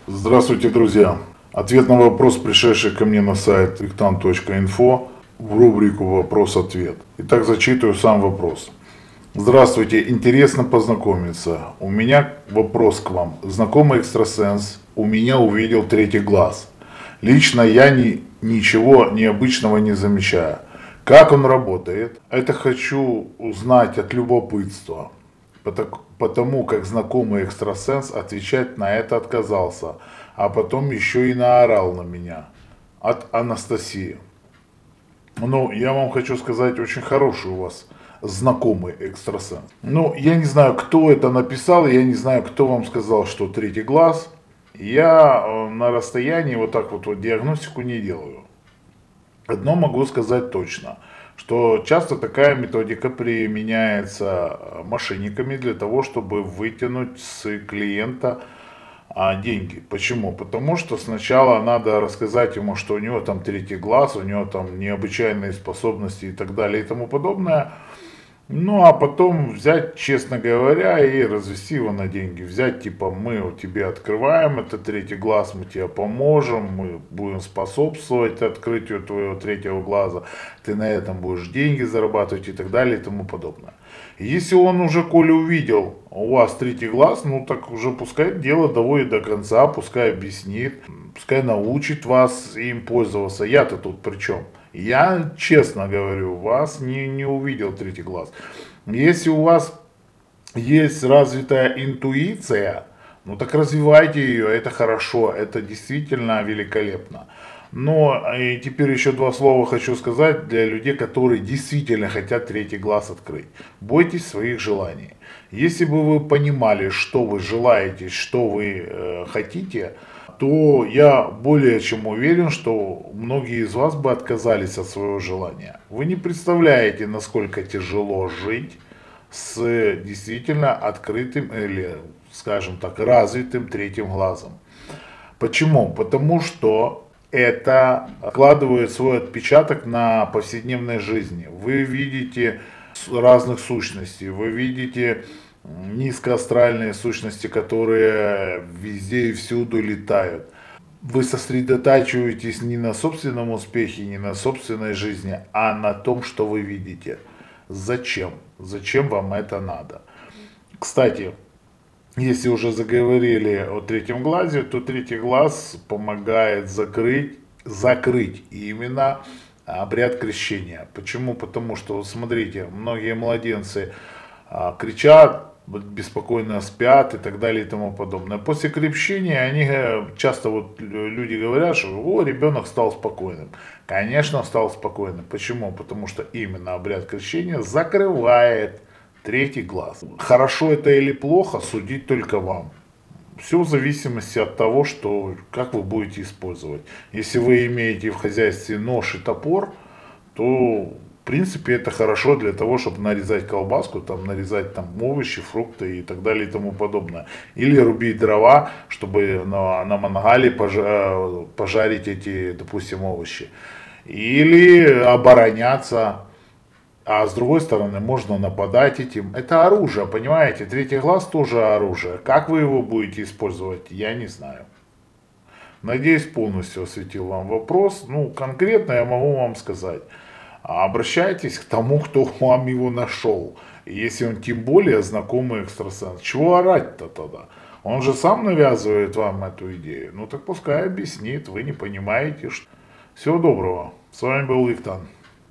Здравствуйте, друзья! Ответ на вопрос, пришедший ко мне на сайт виктан.инфо в рубрику «Вопрос-ответ». Итак, зачитываю сам вопрос. Здравствуйте, интересно познакомиться. У меня вопрос к вам. Знакомый экстрасенс у меня увидел третий глаз. Лично я ничего необычного не замечаю. Как он работает? Это хочу узнать от любопытства. Потому как знакомый экстрасенс отвечать на это отказался, а потом еще и наорал на меня. От Анастасии. Ну, я вам хочу сказать, очень хороший у вас знакомый экстрасенс. Ну, я не знаю, кто это написал, я не знаю, кто вам сказал, что третий глаз. Я на расстоянии вот так вот диагностику не делаю. Одно могу сказать точно, что часто такая методика применяется мошенниками для того, чтобы вытянуть с клиента деньги. Почему? Потому что сначала надо рассказать ему, что у него там третий глаз, у него там необычайные способности и так далее и тому подобное. Ну, а потом взять, честно говоря, и развести его на деньги. Взять, типа, мы у тебя открываем этот третий глаз, мы тебе поможем, мы будем способствовать открытию твоего третьего глаза, ты на этом будешь деньги зарабатывать и так далее и тому подобное. Если он уже, коли увидел у вас третий глаз, ну так уже пускай дело доводит до конца, пускай объяснит, пускай научит вас им пользоваться. Я-то тут при чем? Я, честно говорю, вас не увидел третий глаз. Если у вас есть развитая интуиция, ну так развивайте ее, это хорошо, это действительно великолепно. Но и теперь еще два слова хочу сказать для людей, которые действительно хотят третий глаз открыть. Бойтесь своих желаний. Если бы вы понимали, что вы желаете, что вы хотите, то я более чем уверен, что многие из вас бы отказались от своего желания. Вы не представляете, насколько тяжело жить с действительно открытым или, скажем так, развитым третьим глазом. Почему? Потому что это откладывает свой отпечаток на повседневной жизни. Вы видите разных сущностей, вы видите низкоастральные сущности, которые везде и всюду летают. Вы сосредотачиваетесь не на собственном успехе, не на собственной жизни, а на том, что вы видите. Зачем? Зачем вам это надо? Кстати, если уже заговорили о третьем глазе, то третий глаз помогает закрыть именно обряд крещения. Почему? Потому что, вот смотрите, многие младенцы кричат, беспокойно спят и так далее и тому подобное. После крещения они часто вот люди говорят, что о, ребенок стал спокойным. Конечно, стал спокойным. Почему? Потому что именно обряд крещения закрывает третий глаз. Хорошо это или плохо, судить только вам. Все в зависимости от того, что, как вы будете использовать. Если вы имеете в хозяйстве нож и топор, то в принципе это хорошо для того, чтобы нарезать колбаску, там, нарезать там, овощи, фрукты и так далее и тому подобное. Или рубить дрова, чтобы на мангале пожарить эти, допустим, овощи. Или обороняться. А с другой стороны, можно нападать этим. Это оружие, понимаете? Третий глаз тоже оружие. Как вы его будете использовать, я не знаю. Надеюсь, полностью осветил вам вопрос. Ну, конкретно я могу вам сказать. Обращайтесь к тому, кто вам его нашел. Если он тем более знакомый экстрасенс. Чего орать-то тогда? Он же сам навязывает вам эту идею. Ну так пускай объяснит, вы не понимаете. Всего доброго. С вами был Виктан.